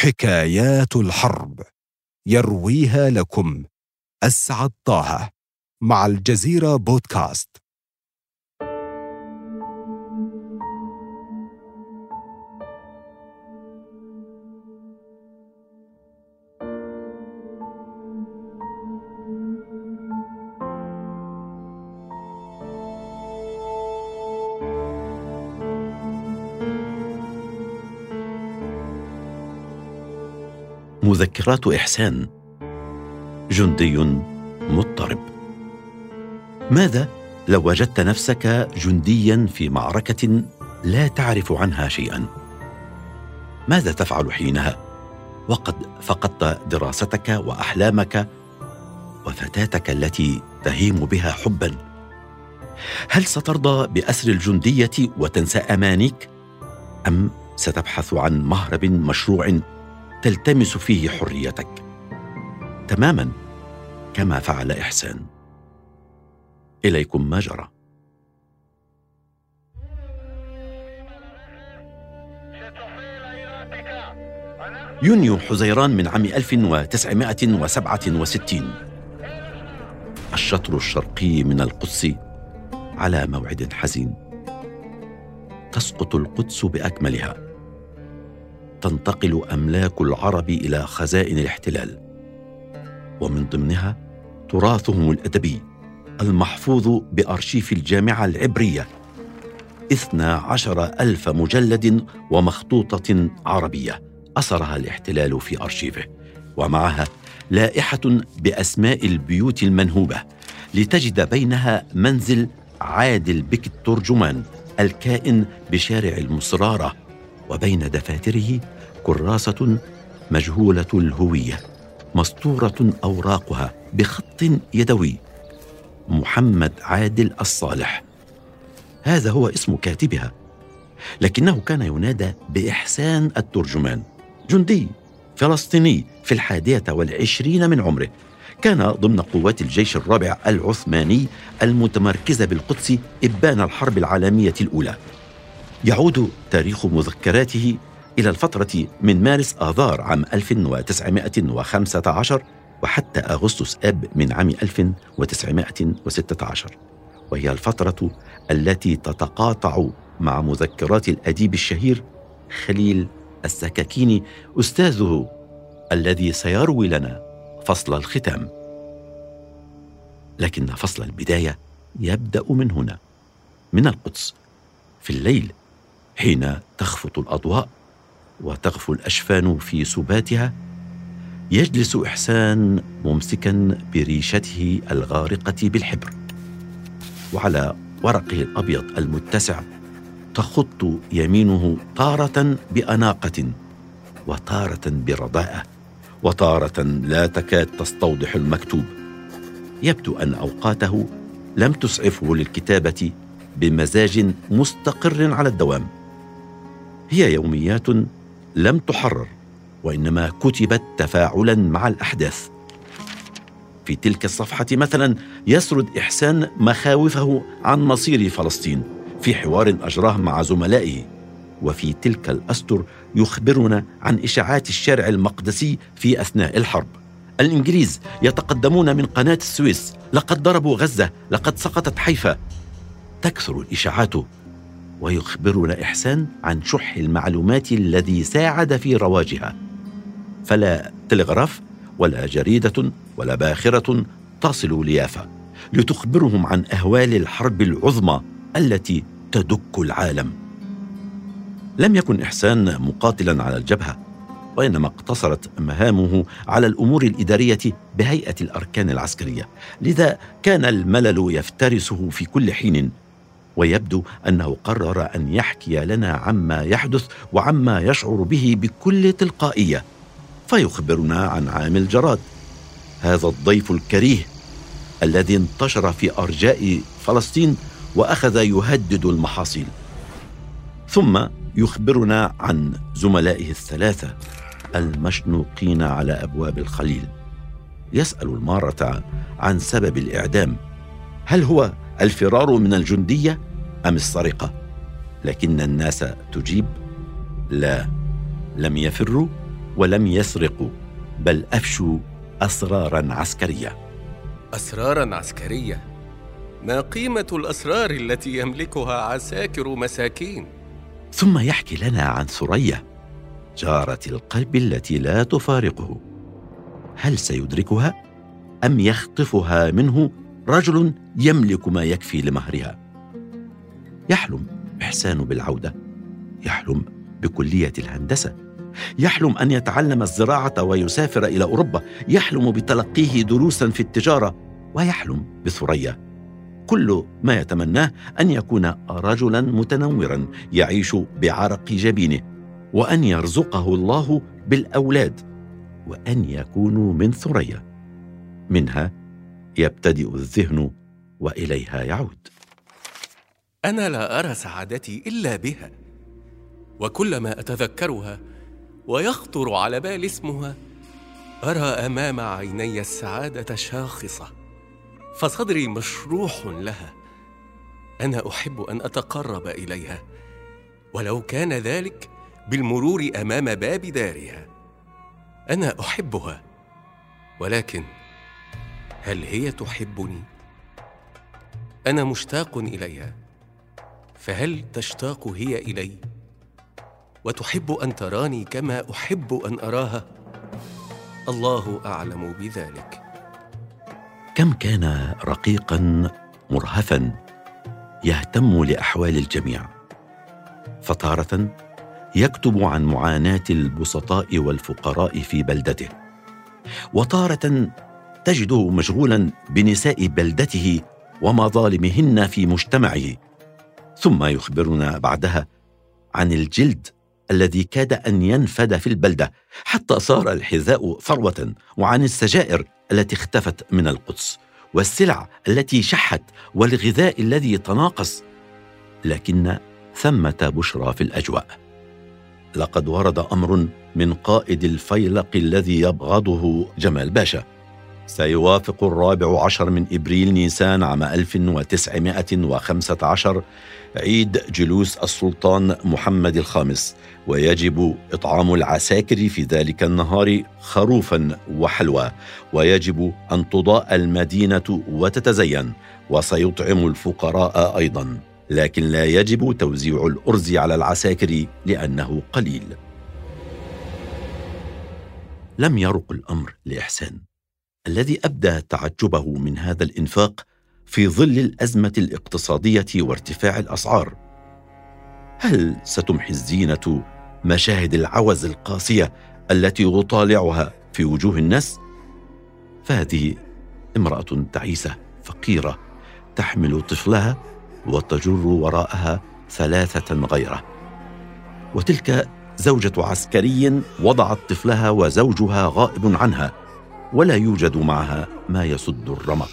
حكايات الحرب يرويها لكم أسعد طه مع الجزيرة بودكاست. مذكرات إحسان، جندي مضطرب. ماذا لو وجدت نفسك جنديا في معركة لا تعرف عنها شيئا؟ ماذا تفعل حينها وقد فقدت دراستك وأحلامك وفتاتك التي تهيم بها حبا؟ هل سترضى بأسر الجندية وتنسى أمانيك؟ أم ستبحث عن مهرب مشروع تلتمس فيه حريتك تماما كما فعل إحسان؟ إليكم ما جرى. يونيو حزيران من عام 1967. الشطر الشرقي من القدس على موعد حزين. تسقط القدس بأكملها. تنتقل أملاك العرب إلى خزائن الاحتلال، ومن ضمنها تراثهم الأدبي المحفوظ بأرشيف الجامعة العبرية، 12,000 مجلد ومخطوطة عربية أسرها الاحتلال في أرشيفه، ومعها لائحة بأسماء البيوت المنهوبة لتجد بينها منزل عادل بك الترجمان الكائن بشارع المصرارة، وبين دفاتره كراسة مجهولة الهوية مسطورة أوراقها بخط يدوي: محمد عادل الصالح. هذا هو اسم كاتبها، لكنه كان ينادى بإحسان الترجمان، جندي فلسطيني في 21 من عمره. كان ضمن قوات الجيش الرابع العثماني المتمركزة بالقدس إبان الحرب العالمية الأولى. يعود تاريخ مذكراته إلى الفترة من مارس آذار عام 1915 وحتى أغسطس آب من عام 1916، وهي الفترة التي تتقاطع مع مذكرات الأديب الشهير خليل السكاكيني أستاذه الذي سيروي لنا فصل الختام. لكن فصل البداية يبدأ من هنا، من القدس، في الليل حين تخفت الأضواء وتغفو الأشفان في سباتها. يجلس إحسان ممسكا بريشته الغارقة بالحبر، وعلى ورقه الأبيض المتسع تخط يمينه تارة بأناقة وتارة برضاءة وتارة لا تكاد تستوضح المكتوب. يبدو أن أوقاته لم تسعفه للكتابة بمزاج مستقر على الدوام. هي يوميات لم تحرر، وإنما كتبت تفاعلا مع الأحداث. في تلك الصفحة مثلا يسرد إحسان مخاوفه عن مصير فلسطين في حوار أجراه مع زملائه، وفي تلك الأسطر يخبرنا عن إشاعات الشارع المقدسي في أثناء الحرب. الإنجليز يتقدمون من قناة السويس، لقد ضربوا غزة، لقد سقطت حيفا. تكثر الإشاعات، ويخبرنا إحسان عن شح المعلومات الذي ساعد في رواجها. فلا تلغراف ولا جريدة ولا باخرة تصل ليافا لتخبرهم عن أهوال الحرب العظمى التي تدك العالم. لم يكن إحسان مقاتلا على الجبهة، وإنما اقتصرت مهامه على الأمور الإدارية بهيئة الأركان العسكرية، لذا كان الملل يفترسه في كل حين. ويبدو أنه قرر أن يحكي لنا عما يحدث وعما يشعر به بكل تلقائية، فيخبرنا عن عامل جراد، هذا الضيف الكريه الذي انتشر في أرجاء فلسطين وأخذ يهدد المحاصيل. ثم يخبرنا عن زملائه الثلاثة المشنوقين على أبواب الخليل. يسأل المارة عن سبب الإعدام، هل هو الفرار من الجندية أم السرقة؟ لكن الناس تجيب: لا، لم يفروا ولم يسرقوا بل أفشوا أسراراً عسكرية. أسراراً عسكرية؟ ما قيمة الأسرار التي يملكها عساكر مساكين؟ ثم يحكي لنا عن ثريا جارة القلب التي لا تفارقه. هل سيدركها أم يخطفها منه رجل يملك ما يكفي لمهرها؟ يحلم إحسان بالعودة، يحلم بكلية الهندسة، يحلم أن يتعلم الزراعة ويسافر إلى أوروبا، يحلم بتلقيه دروسا في التجارة، ويحلم بثريا. كل ما يتمناه أن يكون رجلا متنورا يعيش بعرق جبينه، وأن يرزقه الله بالأولاد، وأن يكونوا من ثريا. منها يبتدئ الذهن وإليها يعود. أنا لا أرى سعادتي إلا بها، وكلما أتذكرها ويخطر على بال اسمها أرى أمام عيني السعادة شاخصة، فصدري مشروح لها. أنا أحب أن أتقرب إليها، ولو كان ذلك بالمرور أمام باب دارها. أنا أحبها، ولكن هل هي تحبني؟ أنا مشتاق إليها، فهل تشتاق هي إلي وتحب أن تراني كما أحب أن أراها؟ الله أعلم بذلك. كم كان رقيقا مرهفا يهتم لأحوال الجميع، فتارة يكتب عن معاناة البسطاء والفقراء في بلدته، وتارة تجده مشغولا بنساء بلدته ومظالمهن في مجتمعه، ثم يخبرنا بعدها عن الجلد الذي كاد أن ينفد في البلدة حتى صار الحذاء ثروة، وعن السجائر التي اختفت من القدس، والسلع التي شحت، والغذاء الذي تناقص. لكن ثمة بشرى في الأجواء. لقد ورد أمر من قائد الفيلق الذي يبغضه جمال باشا. سيوافق 14 من إبريل نيسان عام 1915 عيد جلوس السلطان محمد الخامس، ويجب إطعام العساكر في ذلك النهار خروفا وحلوى، ويجب أن تضاء المدينة وتتزين، وسيطعم الفقراء أيضا، لكن لا يجب توزيع الأرز على العساكر لأنه قليل. لم يرق الأمر لإحسان الذي أبدى تعجبه من هذا الإنفاق في ظل الأزمة الاقتصادية وارتفاع الأسعار. هل ستمحي الزينة مشاهد العوز القاسية التي يطالعها في وجوه الناس؟ فهذه امرأة تعيسة فقيرة تحمل طفلها وتجر وراءها 3 غيره، وتلك زوجة عسكري وضعت طفلها وزوجها غائب عنها، ولا يوجد معها ما يسد الرمق.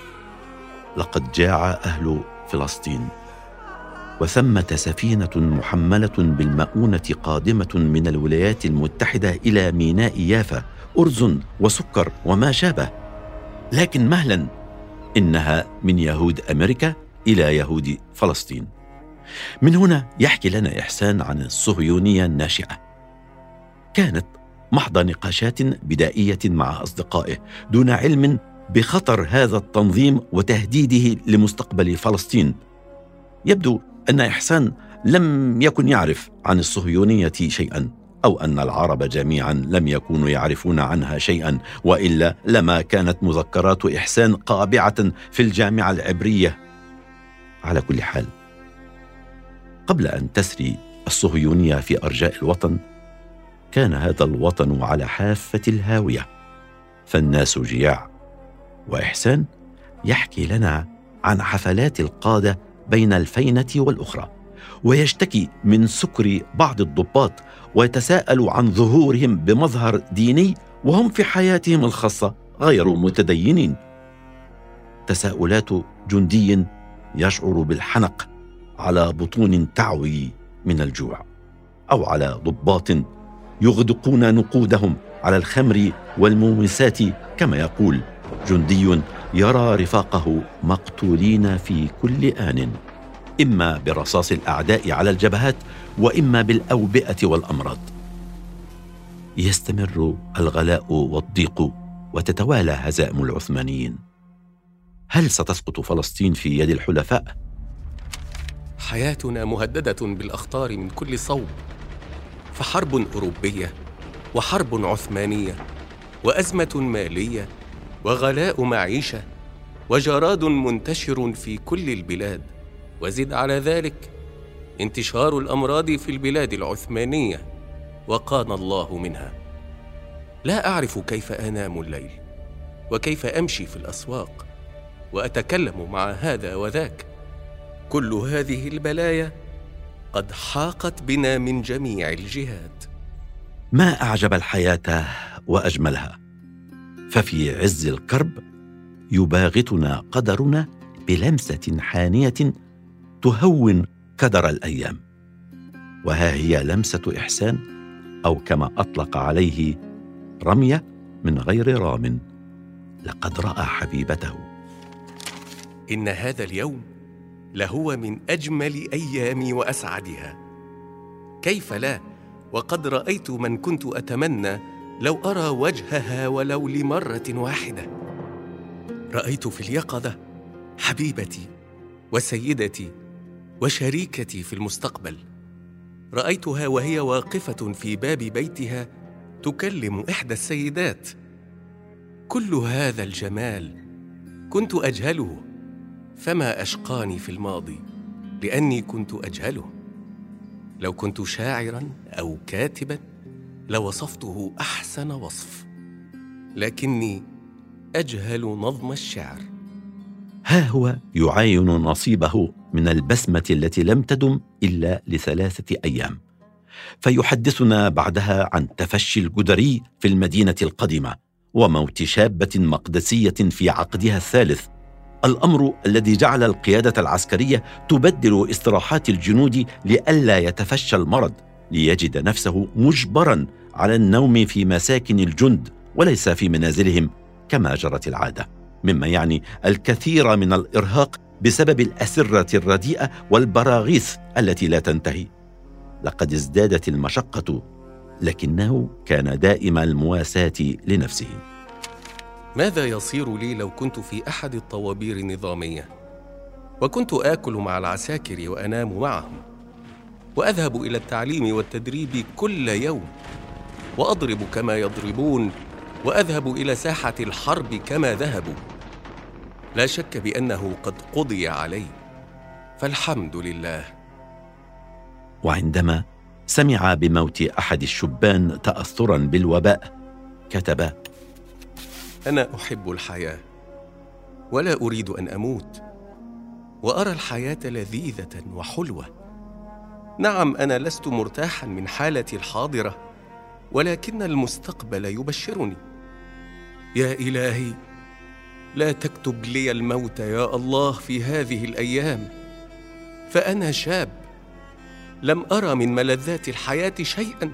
لقد جاع أهل فلسطين، وثمة سفينة محملة بالمؤونة قادمة من الولايات المتحدة إلى ميناء يافا، أرز وسكر وما شابه، لكن مهلا إنها من يهود أمريكا إلى يهود فلسطين. من هنا يحكي لنا إحسان عن الصهيونية الناشئة. كانت محض نقاشات بدائية مع أصدقائه دون علم بخطر هذا التنظيم وتهديده لمستقبل فلسطين. يبدو أن إحسان لم يكن يعرف عن الصهيونية شيئا، أو أن العرب جميعا لم يكونوا يعرفون عنها شيئا، وإلا لما كانت مذكرات إحسان قابعة في الجامعة العبرية. على كل حال، قبل أن تسري الصهيونية في أرجاء الوطن، كان هذا الوطن على حافة الهاوية، فالناس جياع. وإحسان يحكي لنا عن حفلات القادة بين الفينة والأخرى، ويشتكي من سكر بعض الضباط، ويتساءل عن ظهورهم بمظهر ديني وهم في حياتهم الخاصة غير متدينين. تساؤلات جندي يشعر بالحنق على بطون تعوي من الجوع، أو على ضباط يغدقون نقودهم على الخمر والمومسات، كما يقول جندي يرى رفاقه مقتولين في كل آن، إما برصاص الأعداء على الجبهات، وإما بالأوبئة والأمراض. يستمر الغلاء والضيق وتتوالى هزائم العثمانيين. هل ستسقط فلسطين في يد الحلفاء؟ حياتنا مهددة بالأخطار من كل صوب، فحرب أوروبية وحرب عثمانية وأزمة مالية وغلاء معيشة وجراد منتشر في كل البلاد، وزد على ذلك انتشار الأمراض في البلاد العثمانية وقانا الله منها. لا أعرف كيف أنام الليل وكيف أمشي في الأسواق وأتكلم مع هذا وذاك. كل هذه البلايا قد حاقت بنا من جميع الجهات. ما أعجب الحياة وأجملها، ففي عز الكرب يباغتنا قدرنا بلمسة حانية تهون كدر الأيام. وها هي لمسة إحسان، أو كما أطلق عليه رمية من غير رام، لقد رأى حبيبته. إن هذا اليوم لهو من أجمل أيامي وأسعدها. كيف لا، وقد رأيت من كنت أتمنى لو أرى وجهها ولو لمرة واحدة. رأيت في اليقظة حبيبتي وسيدتي وشريكتي في المستقبل. رأيتها وهي واقفة في باب بيتها تكلم إحدى السيدات. كل هذا الجمال كنت أجهله، فما أشقاني في الماضي لأني كنت أجهله. لو كنت شاعراً أو كاتباً لوصفته أحسن وصف، لكني أجهل نظم الشعر. ها هو يعاين نصيبه من البسمة التي لم تدم إلا ل3 أيام، فيحدثنا بعدها عن تفشي الجدري في المدينة القديمة وموت شابة مقدسية في عقدها الثالث، الأمر الذي جعل القيادة العسكرية تبدل استراحات الجنود لئلا يتفشى المرض، ليجد نفسه مجبراً على النوم في مساكن الجند وليس في منازلهم كما جرت العادة، مما يعني الكثير من الإرهاق بسبب الأسرة الرديئة والبراغيث التي لا تنتهي. لقد ازدادت المشقة، لكنه كان دائم المواساة لنفسه. ماذا يصير لي لو كنت في أحد الطوابير النظامية وكنت آكل مع العساكر وأنام معهم، وأذهب إلى التعليم والتدريب كل يوم، وأضرب كما يضربون، وأذهب إلى ساحة الحرب كما ذهبوا؟ لا شك بأنه قد قضي علي، فالحمد لله. وعندما سمع بموت أحد الشبان تأثراً بالوباء كتب: أنا أحب الحياة ولا أريد أن أموت، وأرى الحياة لذيذة وحلوة. نعم، أنا لست مرتاحاً من حالتي الحاضرة، ولكن المستقبل يبشرني. يا إلهي، لا تكتب لي الموت يا الله في هذه الأيام، فأنا شاب لم أرى من ملذات الحياة شيئاً.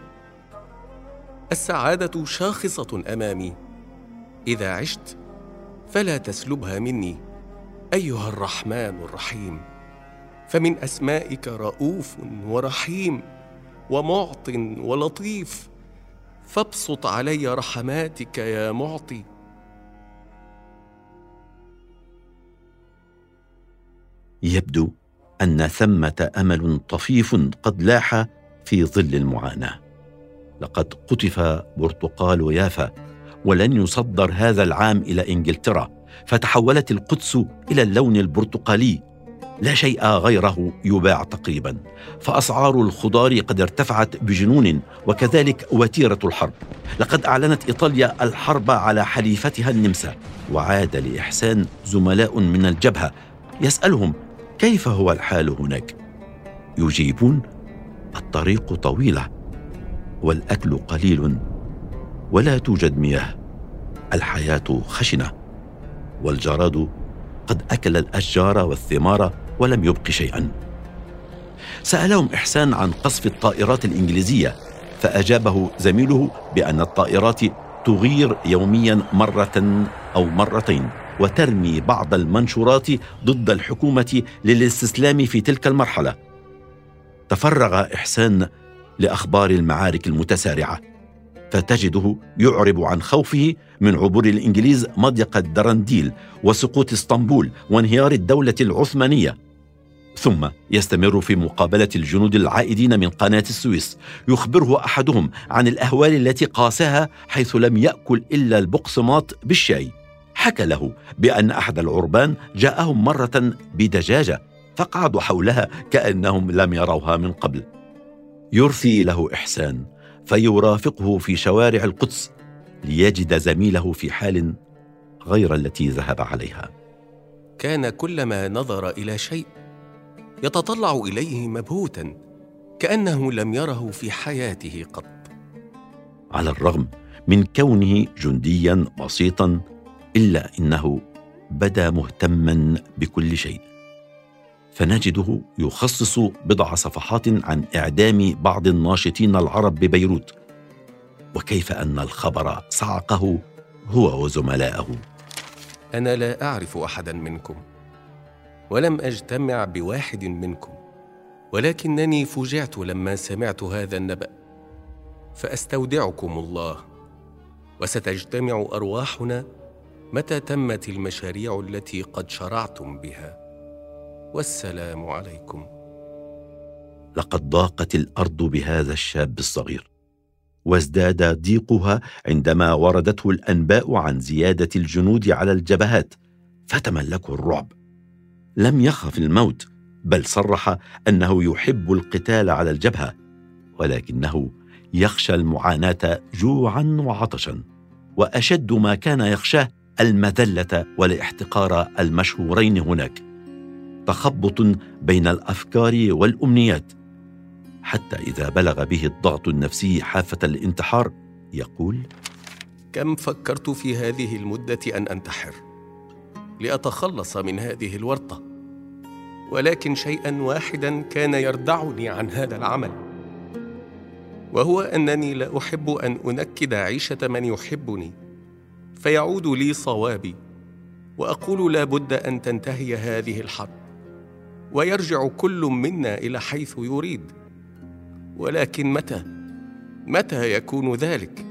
السعادة شاخصة أمامي، إذا عشت فلا تسلبها مني أيها الرحمن الرحيم، فمن أسمائك رؤوف ورحيم ومعط ولطيف، فابسط علي رحماتك يا معطي. يبدو أن ثمة أمل طفيف قد لاح في ظل المعاناة. لقد قطف برتقال يافا ولن يصدر هذا العام إلى إنجلترا، فتحولت القدس إلى اللون البرتقالي، لا شيء غيره يباع تقريبا، فأسعار الخضار قد ارتفعت بجنون، وكذلك وتيرة الحرب. لقد أعلنت إيطاليا الحرب على حليفتها النمسا، وعاد لإحسان زملاء من الجبهة يسألهم كيف هو الحال هناك؟ يجيبون: الطريق طويلة والأكل قليل ولا توجد مياه، الحياة خشنة والجراد قد أكل الأشجار والثمار ولم يبق شيئا. سألهم إحسان عن قصف الطائرات الإنجليزية، فأجابه زميله بأن الطائرات تغير يوميا مرة أو مرتين، وترمي بعض المنشورات ضد الحكومة للاستسلام في تلك المرحلة. تفرغ إحسان لأخبار المعارك المتسارعة، فتجده يعرب عن خوفه من عبور الإنجليز مضيق الدرنديل وسقوط اسطنبول وانهيار الدولة العثمانية. ثم يستمر في مقابلة الجنود العائدين من قناة السويس، يخبره أحدهم عن الأهوال التي قاسها، حيث لم يأكل إلا البقسماط بالشاي. حكى له بأن أحد العربان جاءهم مرة بدجاجة فقعدوا حولها كأنهم لم يروها من قبل. يرثي له إحسان فيرافقه في شوارع القدس ليجد زميله في حال غير التي ذهب عليها. كان كلما نظر إلى شيء يتطلع إليه مبهوتا كأنه لم يره في حياته قط. على الرغم من كونه جنديا بسيطا، إلا إنه بدا مهتما بكل شيء، فنجده يخصص بضع صفحات عن إعدام بعض الناشطين العرب ببيروت، وكيف أن الخبر صعقه هو وزملائه. أنا لا أعرف أحدا منكم ولم أجتمع بواحد منكم، ولكنني فجعت لما سمعت هذا النبأ، فأستودعكم الله، وستجتمع أرواحنا متى تمت المشاريع التي قد شرعتم بها، والسلام عليكم. لقد ضاقت الأرض بهذا الشاب الصغير، وازداد ضيقها عندما وردته الأنباء عن زيادة الجنود على الجبهات، فتملكه الرعب. لم يخف الموت، بل صرح أنه يحب القتال على الجبهة، ولكنه يخشى المعاناة جوعا وعطشا، وأشد ما كان يخشاه المذلة والاحتقار المشهورين هناك، تخبط بين الأفكار والأمنيات، حتى إذا بلغ به الضغط النفسي حافة الانتحار يقول: كم فكرت في هذه المدة أن أنتحر لأتخلص من هذه الورطة، ولكن شيئا واحدا كان يردعني عن هذا العمل، وهو أنني لا أحب أن أنكد عيشة من يحبني فيعود لي صوابي، وأقول لا بد أن تنتهي هذه الحرب ويرجع كل منا إلى حيث يريد، ولكن متى يكون ذلك؟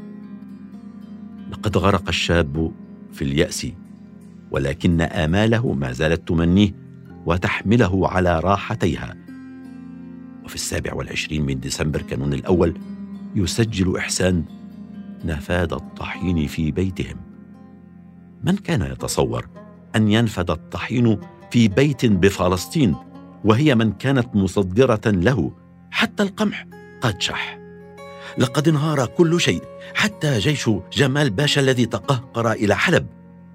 لقد غرق الشاب في اليأس، ولكن آماله ما زالت تمنيه وتحمله على راحتيها. وفي 27 من ديسمبر كانون الأول يسجل إحسان نفاد الطحين في بيتهم. من كان يتصور أن ينفد الطحين في بيت بفلسطين، وهي من كانت مصدرة له؟ حتى القمح قد شح. لقد انهار كل شيء، حتى جيش جمال باشا الذي تقهقر إلى حلب.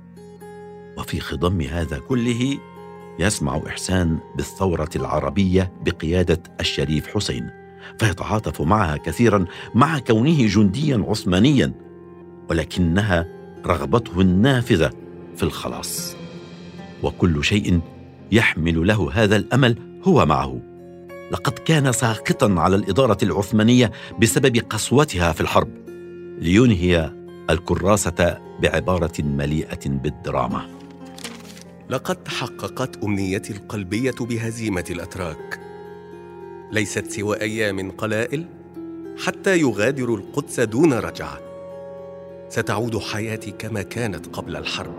وفي خضم هذا كله يسمع إحسان بالثورة العربية بقيادة الشريف حسين، فيتعاطف معها كثيرا مع كونه جنديا عثمانيا، ولكنها رغبته النافذة في الخلاص، وكل شيء يحمل له هذا الأمل هو معه. لقد كان ساخطا على الإدارة العثمانية بسبب قسوتها في الحرب، لينهي الكراسة بعبارة مليئة بالدراما: لقد تحققت أمنيتي القلبية بهزيمة الأتراك، ليست سوى أيام قلائل حتى يغادر القدس دون رجعة. ستعود حياتي كما كانت قبل الحرب،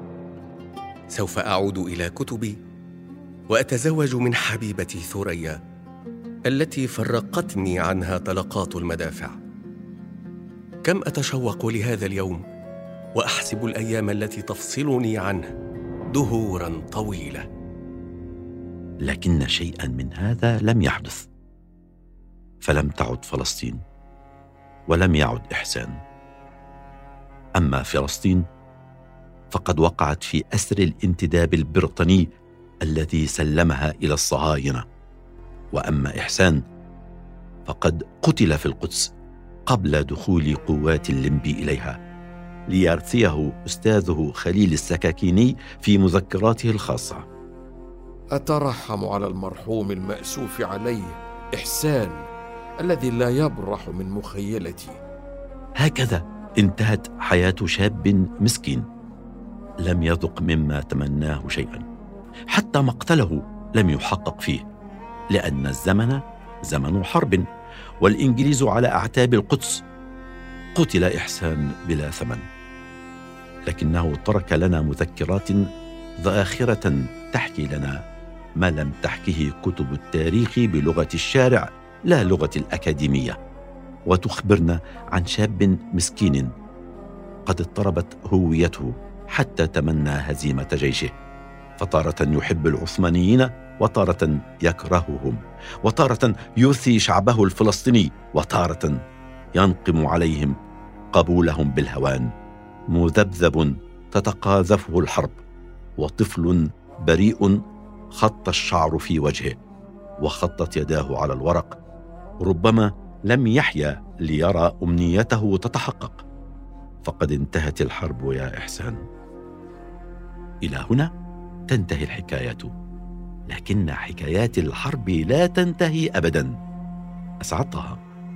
سوف أعود إلى كتبي وأتزوج من حبيبتي ثريا التي فرقتني عنها طلقات المدافع. كم أتشوق لهذا اليوم وأحسب الأيام التي تفصلني عنه دهورا طويلة. لكن شيئا من هذا لم يحدث، فلم تعد فلسطين ولم يعد إحسان. أما فلسطين فقد وقعت في أسر الانتداب البريطاني الذي سلمها إلى الصهاينة، وأما إحسان فقد قتل في القدس قبل دخول قوات الليمبي إليها، ليرثيه أستاذه خليل السكاكيني في مذكراته الخاصة: أترحم على المرحوم المأسوف عليه إحسان الذي لا يبرح من مخيلتي. هكذا انتهت حياة شاب مسكين لم يذق مما تمناه شيئا، حتى مقتله لم يحقق فيه، لأن الزمن زمن حرب، والإنجليز على أعتاب القدس، قتل إحسان بلا ثمن، لكنه ترك لنا مذكرات ذاخرة تحكي لنا ما لم تحكه كتب التاريخ بلغة الشارع لا لغة الأكاديمية، وتخبرنا عن شاب مسكين قد اضطربت هويته حتى تمنى هزيمة جيشه، فتارة يحب العثمانيين وتارة يكرههم، وتارة يثي شعبه الفلسطيني وتارة ينقم عليهم قبولهم بالهوان، مذبذب تتقاذفه الحرب، وطفل بريء خط الشعر في وجهه وخطت يداه على الورق، ربما لم يحيا ليرى أمنيته تتحقق. فقد انتهت الحرب يا إحسان. إلى هنا تنتهي الحكاية، لكن حكايات الحرب لا تنتهي أبدا. أسعد طه.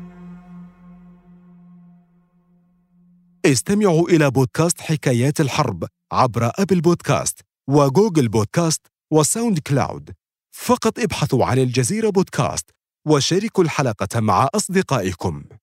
استمعوا إلى بودكاست حكايات الحرب عبر أبل بودكاست وجوجل بودكاست وساوند كلاود. فقط ابحثوا عن الجزيرة بودكاست وشاركوا الحلقة مع أصدقائكم.